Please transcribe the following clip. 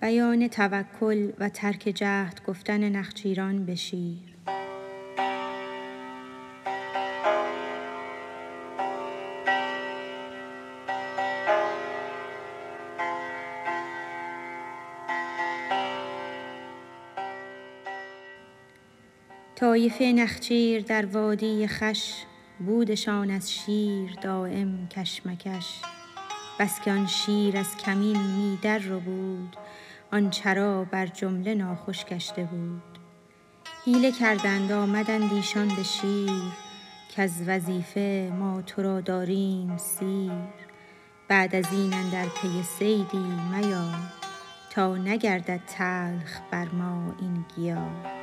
بیان توکل و ترک جهد گفتن نخچیران به شیر. طایفه نخچیر در وادی خوش، بودشان از شیر دایم کشمکش. بس که آن شیر از کمین می در ربود، آن چرا بر جمله ناخوش گشته بود. حیله کردند آمدند ایشان به شیر، کز وظیفه ما تو را داریم سیر. بعد از این اندر پی صیدی میا، تا نگردد تلخ بر ما این گیا.